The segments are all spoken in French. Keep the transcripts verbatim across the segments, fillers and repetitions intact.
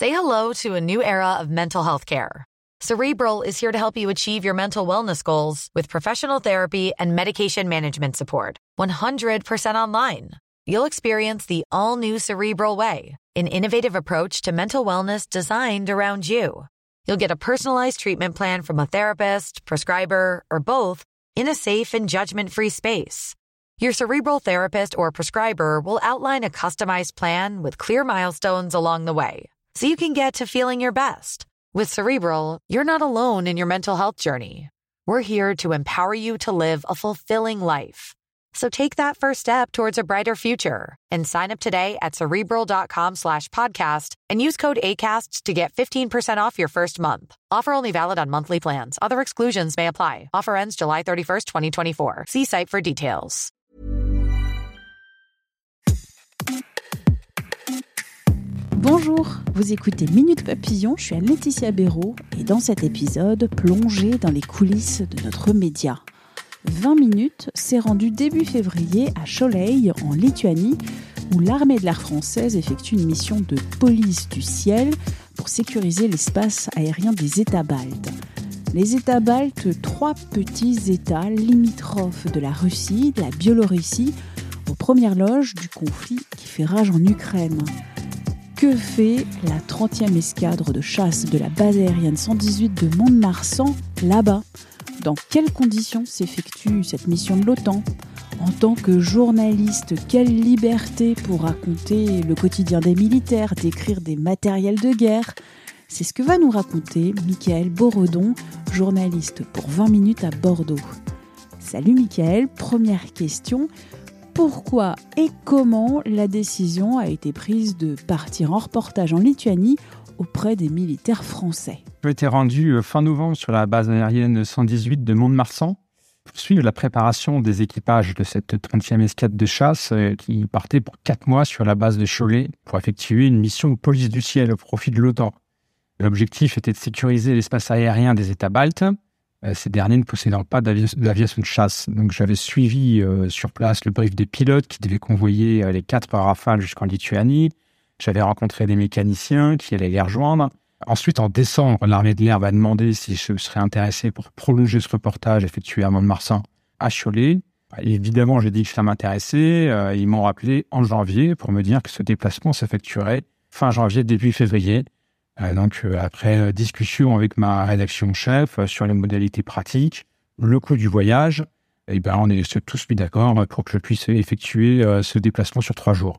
Say hello to a new era of mental health care. Cerebral is here to help you achieve your mental wellness goals with professional therapy and medication management support. one hundred percent online. You'll experience the all-new Cerebral Way, an innovative approach to mental wellness designed around you. You'll get a personalized treatment plan from a therapist, prescriber, or both in a safe and judgment-free space. Your Cerebral therapist or prescriber will outline a customized plan with clear milestones along the way, so you can get to feeling your best. With Cerebral, you're not alone in your mental health journey. We're here to empower you to live a fulfilling life. So take that first step towards a brighter future and sign up today at Cerebral.com slash podcast and use code ACAST to get fifteen percent off your first month. Offer only valid on monthly plans. Other exclusions may apply. Offer ends July thirty-first, twenty twenty-four. See site for details. Bonjour, vous écoutez Minute Papillon, je suis Laetitia Béraud et dans cet épisode, plongez dans les coulisses de notre média. vingt minutes s'est rendu début février à Choleil, en Lituanie, où l'armée de l'air française effectue une mission de police du ciel pour sécuriser l'espace aérien des États baltes. Les États baltes, trois petits États limitrophes de la Russie, de la Biélorussie, aux premières loges du conflit qui fait rage en Ukraine. Que fait la trentième escadre de chasse de la base aérienne cent dix-huit de Mont-de-Marsan là-bas ? Dans quelles conditions s'effectue cette mission de l'OTAN ? En tant que journaliste, quelle liberté pour raconter le quotidien des militaires, décrire des matériels de guerre ? C'est ce que va nous raconter Mickaël Boredon, journaliste pour vingt minutes à Bordeaux. Salut Mickaël, première question. Pourquoi et comment la décision a été prise de partir en reportage en Lituanie auprès des militaires français ? J'ai été rendu fin novembre sur la base aérienne cent dix-huit de Mont-de-Marsan pour suivre la préparation des équipages de cette trentième escadre de chasse qui partait pour quatre mois sur la base de Cholet pour effectuer une mission de police du ciel au profit de l'OTAN. L'objectif était de sécuriser l'espace aérien des États baltes, ces derniers ne possédant pas d'avi- d'aviation de chasse. Donc j'avais suivi euh, sur place le brief des pilotes qui devaient convoyer euh, les quatre Rafales jusqu'en Lituanie. J'avais rencontré des mécaniciens qui allaient les rejoindre. Ensuite, en décembre, l'armée de l'air m'a demandé si je serais intéressé pour prolonger ce reportage effectué à Mont-de-Marsan à Cholet. Et évidemment, j'ai dit que ça m'intéressait. Euh, ils m'ont rappelé en janvier pour me dire que ce déplacement s'effectuerait fin janvier, début février. Euh, donc, euh, après euh, discussion avec ma rédaction chef euh, sur les modalités pratiques, le coût du voyage, et ben, on est tous mis d'accord pour que je puisse effectuer euh, ce déplacement sur trois jours.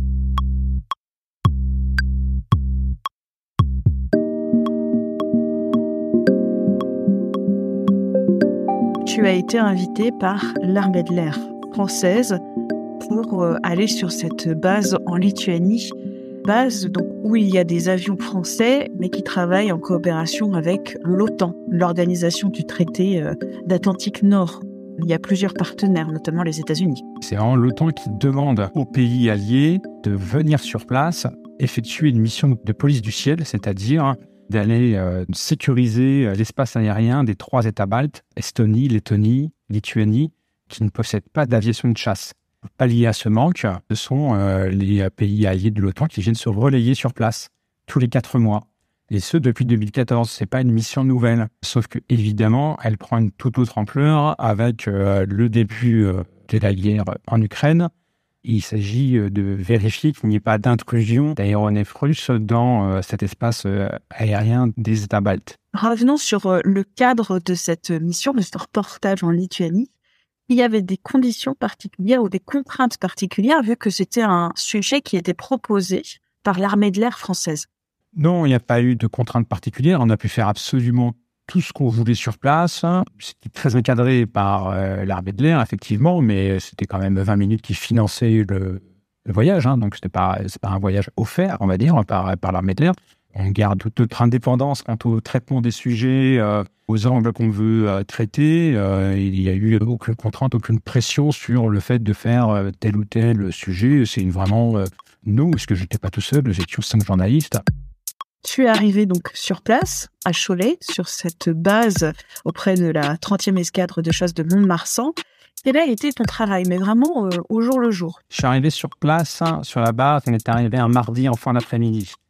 Tu as été invité par l'armée de l'air française pour euh, aller sur cette base en Lituanie. Base donc, où il y a des avions français, mais qui travaillent en coopération avec l'OTAN, l'organisation du traité euh, d'Atlantique Nord. Il y a plusieurs partenaires, notamment les États-Unis. C'est vraiment l'OTAN qui demande aux pays alliés de venir sur place, effectuer une mission de police du ciel, c'est-à-dire d'aller euh, sécuriser l'espace aérien des trois États baltes, Estonie, Lettonie, Lituanie, qui ne possèdent pas d'aviation de chasse. Pallier à ce manque, ce sont euh, les pays alliés de l'OTAN qui viennent se relayer sur place tous les quatre mois. Et ce, depuis deux mille quatorze. Ce n'est pas une mission nouvelle. Sauf que, évidemment, elle prend une toute autre ampleur avec euh, le début euh, de la guerre en Ukraine. Il s'agit de vérifier qu'il n'y ait pas d'intrusion d'aéronefs russes dans euh, cet espace euh, aérien des États baltes. Revenons sur euh, le cadre de cette mission, de ce reportage en Lituanie. Il y avait des conditions particulières ou des contraintes particulières, vu que c'était un sujet qui était proposé par l'armée de l'air française. Non, il n'y a pas eu de contraintes particulières. On a pu faire absolument tout ce qu'on voulait sur place. C'était très encadré par euh, l'armée de l'air, effectivement, mais c'était quand même vingt minutes qui finançaient le, le voyage. Hein, donc, ce n'est pas, c'est pas un voyage offert, on va dire, par, par l'armée de l'air. On garde toute notre indépendance quant au traitement des sujets, euh, aux angles qu'on veut euh, traiter. Euh, il n'y a eu aucune contrainte, aucune pression sur le fait de faire euh, tel ou tel sujet. C'est vraiment euh, nous, parce que je n'étais pas tout seul, nous étions cinq journalistes. Tu es arrivé donc sur place, à Cholet, sur cette base auprès de la trentième escadre de chasse de Mont-de-Marsan. Quel a été ton travail, mais vraiment euh, au jour le jour? Je suis arrivé sur place, hein, sur la base. On est arrivé un mardi en fin d'après-midi.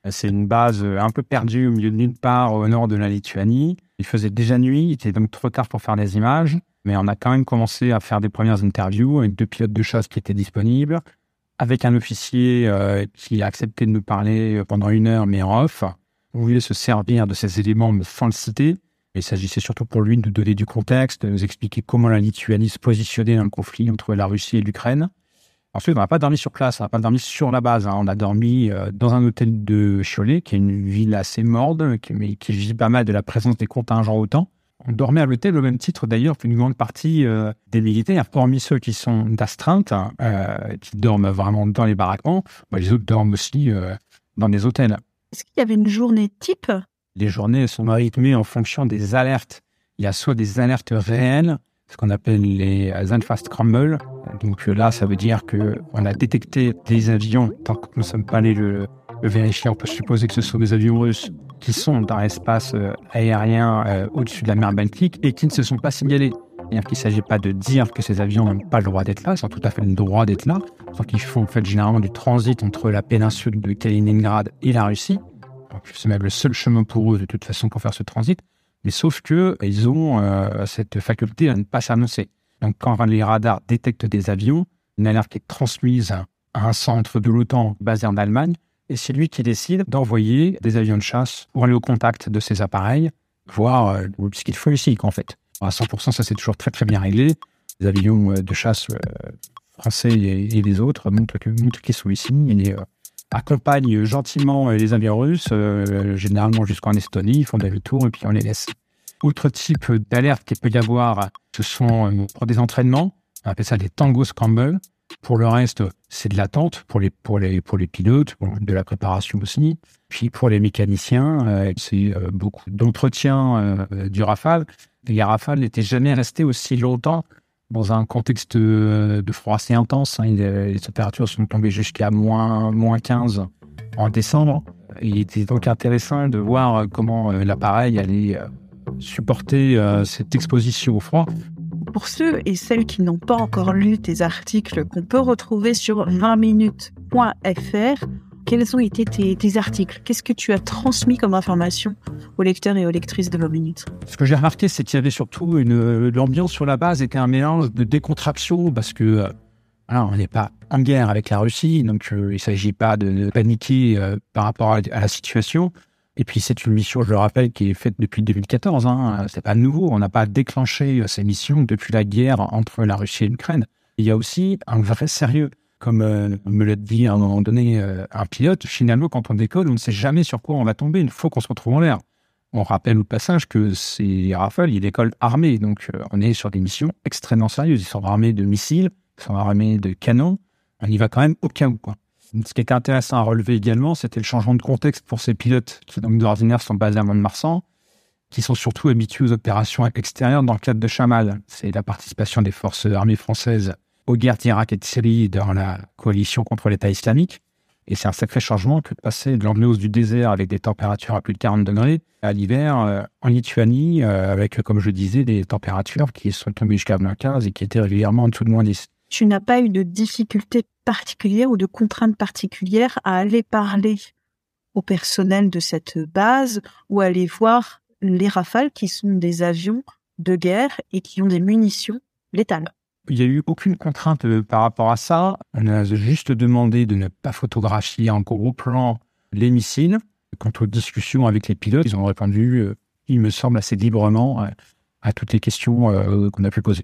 C'est une base un peu perdue au milieu de nulle part au nord de la Lituanie. Il faisait déjà nuit, il était donc trop tard pour faire des images, mais on a quand même commencé à faire des premières interviews avec deux pilotes de chasse qui étaient disponibles, avec un officier euh, qui a accepté de nous parler pendant une heure, mais en off. On voulait se servir de ces éléments, mais sans le citer. Il s'agissait surtout pour lui de nous donner du contexte, de nous expliquer comment la Lituanie se positionnait dans le conflit entre la Russie et l'Ukraine. Ensuite, on n'a pas dormi sur place, on n'a pas dormi sur la base. Hein. On a dormi euh, dans un hôtel de Cholet, qui est une ville assez morne, qui, mais qui vit pas mal de la présence des contingents OTAN. On dormait à l'hôtel au même titre, d'ailleurs, qu'une grande partie euh, des militaires, hormis ceux qui sont d'astreinte, euh, qui dorment vraiment dans les baraquements. Bah, les autres dorment aussi euh, dans des hôtels. Est-ce qu'il y avait une journée type ? Les journées sont rythmées en fonction des alertes. Il y a soit des alertes réelles, ce qu'on appelle les Unfast Scramble. Donc là, ça veut dire qu'on a détecté des avions, tant que nous ne sommes pas allés le, le vérifier, on peut supposer que ce sont des avions russes qui sont dans l'espace euh, aérien euh, au-dessus de la mer Baltique et qui ne se sont pas signalés. C'est-à-dire qu'il ne s'agit pas de dire que ces avions n'ont pas le droit d'être là, ils ont tout à fait le droit d'être là, sauf qu'ils font en fait généralement du transit entre la péninsule de Kaliningrad et la Russie. Donc c'est même le seul chemin pour eux de toute façon pour faire ce transit. Mais sauf qu'ils ont euh, cette faculté à ne pas s'annoncer. Donc quand les radars détectent des avions, une alerte est transmise à un centre de l'OTAN basé en Allemagne, et c'est lui qui décide d'envoyer des avions de chasse pour aller au contact de ces appareils, voir euh, ce qu'il faut ici, en fait. À cent pour cent, ça c'est toujours très très bien réglé. Les avions de chasse euh, français et, et les autres montrent, que, montrent qu'ils sont ici et euh, accompagnent gentiment les avions russes, euh, généralement jusqu'en Estonie, ils font des tours et puis on les laisse. Autre type d'alerte qu'il peut y avoir, ce sont euh, pour des entraînements, on appelle ça des tango scramble. Pour le reste, c'est de l'attente pour les, pour les, pour les pilotes, pour de la préparation aussi. Puis pour les mécaniciens, euh, c'est euh, beaucoup d'entretien euh, du Rafale. Les Rafales n'étaient jamais restés aussi longtemps dans un contexte de, de froid assez intense. Hein. Les températures sont tombées jusqu'à moins, moins quinze en décembre. Il était donc intéressant de voir comment euh, l'appareil allait euh, supporter euh, cette exposition au froid. Pour ceux et celles qui n'ont pas encore lu tes articles qu'on peut retrouver sur vingt minutes point f r, quels ont été tes, tes articles ? Qu'est-ce que tu as transmis comme information aux lecteurs et aux lectrices de vingt minutes ? Ce que j'ai remarqué, c'est qu'il y avait surtout une l'ambiance sur la base était un mélange de décontraction parce que euh, alors, on n'est pas en guerre avec la Russie, donc euh, il ne s'agit pas de, de paniquer euh, par rapport à, à la situation. Et puis c'est une mission, je le rappelle, qui est faite depuis deux mille quatorze. Hein. C'est pas nouveau. On n'a pas déclenché ces missions depuis la guerre entre la Russie et l'Ukraine. Il y a aussi un vrai sérieux. Comme euh, me l'a dit à un moment donné euh, un pilote, finalement, quand on décolle, on ne sait jamais sur quoi on va tomber une fois qu'on se retrouve en l'air. On rappelle au passage que ces Rafales, ils décollent armés. Donc euh, on est sur des missions extrêmement sérieuses. Ils sont armés de missiles, ils sont armés de canons. On y va quand même au cas où, quoi. Ce qui était intéressant à relever également, c'était le changement de contexte pour ces pilotes qui, donc, d'ordinaire, sont basés à Mont-de-Marsan, qui sont surtout habitués aux opérations extérieures dans le cadre de Chamal. C'est la participation des forces armées françaises aux guerres d'Irak et de Syrie dans la coalition contre l'État islamique. Et c'est un sacré changement que de passer de l'ambiance du désert avec des températures à plus de quarante degrés à l'hiver euh, en Lituanie euh, avec, comme je disais, des températures qui sont tombées jusqu'à moins quinze et qui étaient régulièrement en dessous de moins dix. Tu n'as pas eu de difficultés particulières ou de contraintes particulières à aller parler au personnel de cette base ou à aller voir les Rafales qui sont des avions de guerre et qui ont des munitions létales? Il n'y a eu aucune contrainte euh, par rapport à ça. On a juste demandé de ne pas photographier en gros plan les missiles. Quant aux discussions avec les pilotes, ils ont répondu, euh, il me semble, assez librement euh, à toutes les questions euh, qu'on a pu poser.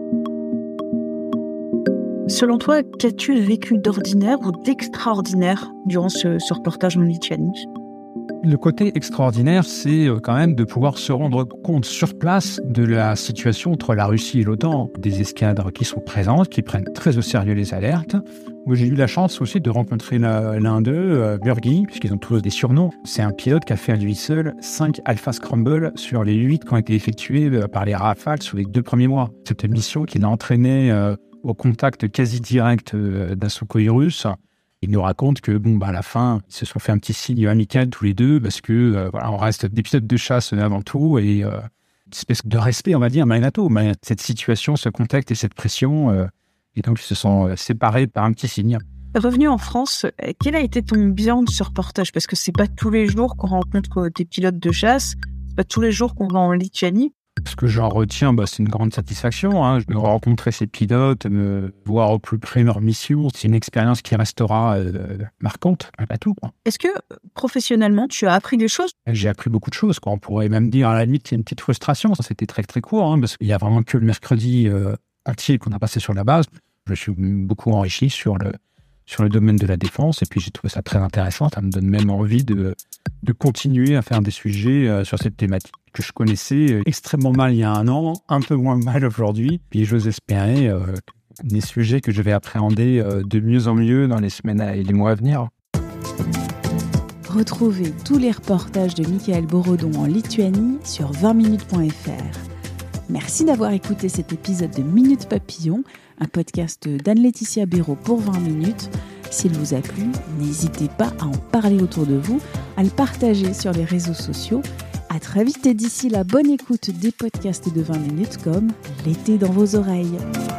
Selon toi, qu'as-tu vécu d'ordinaire ou d'extraordinaire durant ce, ce reportage en Lituanie ? Le côté extraordinaire, c'est quand même de pouvoir se rendre compte sur place de la situation entre la Russie et l'OTAN. Des escadres qui sont présentes, qui prennent très au sérieux les alertes. Moi, j'ai eu la chance aussi de rencontrer l'un d'eux, euh, Burgi, puisqu'ils ont tous des surnoms. C'est un pilote qui a fait à lui seul cinq Alpha Scramble sur les huit qui ont été effectués par les Rafales sur les deux premiers mois. Cette mission qui l'a entraîné euh, au contact quasi direct euh, d'un Sukhoi russe. Il nous raconte que, bon, bah, à la fin, ils se sont fait un petit signe amical tous les deux parce que, euh, voilà, on reste des pilotes de chasse avant tout et euh, une espèce de respect, on va dire, malgré tout. Mais cette situation, ce contexte et cette pression, euh, et donc ils se sont séparés par un petit signe. Revenu en France, quel a été ton bilan de ce reportage? Parce que c'est pas tous les jours qu'on rencontre des pilotes de chasse, c'est pas tous les jours qu'on va en Lituanie. Ce que j'en retiens, bah, c'est une grande satisfaction. Hein. De rencontrer ces pilotes, me voir au plus près leur mission, c'est une expérience qui restera euh, marquante, pas tout. Quoi. Est-ce que professionnellement, tu as appris des choses? J'ai appris beaucoup de choses. Quoi. On pourrait même dire à la limite qu'il y a une petite frustration. C'était très très court, hein, parce qu'il y a vraiment que le mercredi euh, entier qu'on a passé sur la base. Je suis beaucoup enrichi sur le sur le domaine de la défense, et puis j'ai trouvé ça très intéressant. Ça me donne même envie de, de continuer à faire des sujets euh, sur cette thématique que je connaissais euh, extrêmement mal il y a un an, un peu moins mal aujourd'hui. Puis j'ose espérer euh, des sujets que je vais appréhender euh, de mieux en mieux dans les semaines et les mois à venir. Retrouvez tous les reportages de Michael Borodon en Lituanie sur vingt minutes point f r. Merci d'avoir écouté cet épisode de Minute Papillon, un podcast d'Anne-Laetitia Béraud pour vingt minutes. S'il vous a plu, n'hésitez pas à en parler autour de vous, à le partager sur les réseaux sociaux. À très vite et d'ici là, bonne écoute des podcasts de vingt minutes comme L'été dans vos oreilles.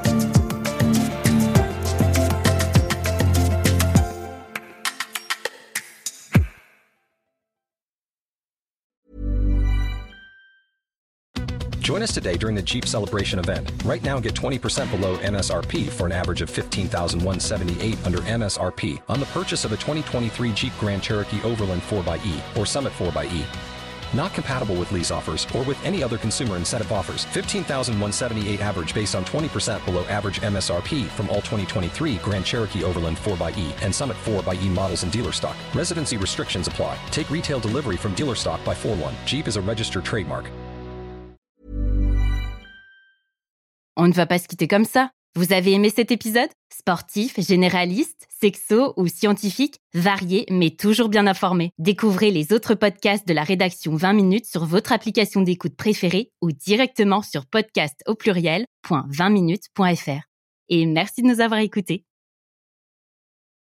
Join us today during the Jeep Celebration event. Right now, get twenty percent below M S R P for an average of fifteen thousand one hundred seventy-eight dollars under M S R P on the purchase of a twenty twenty-three Jeep Grand Cherokee Overland four by E or Summit four by E. Not compatible with lease offers or with any other consumer incentive offers. fifteen thousand one hundred seventy-eight dollars average based on twenty percent below average M S R P from all twenty twenty-three Grand Cherokee Overland four by E and Summit four by E models in dealer stock. Residency restrictions apply. Take retail delivery from dealer stock by four one. Jeep is a registered trademark. On ne va pas se quitter comme ça. Vous avez aimé cet épisode? Sportif, généraliste, sexo ou scientifique, varié mais toujours bien informé. Découvrez les autres podcasts de la rédaction vingt minutes sur votre application d'écoute préférée ou directement sur podcast au pluriel point vingt minutes point f r. Et merci de nous avoir écoutés.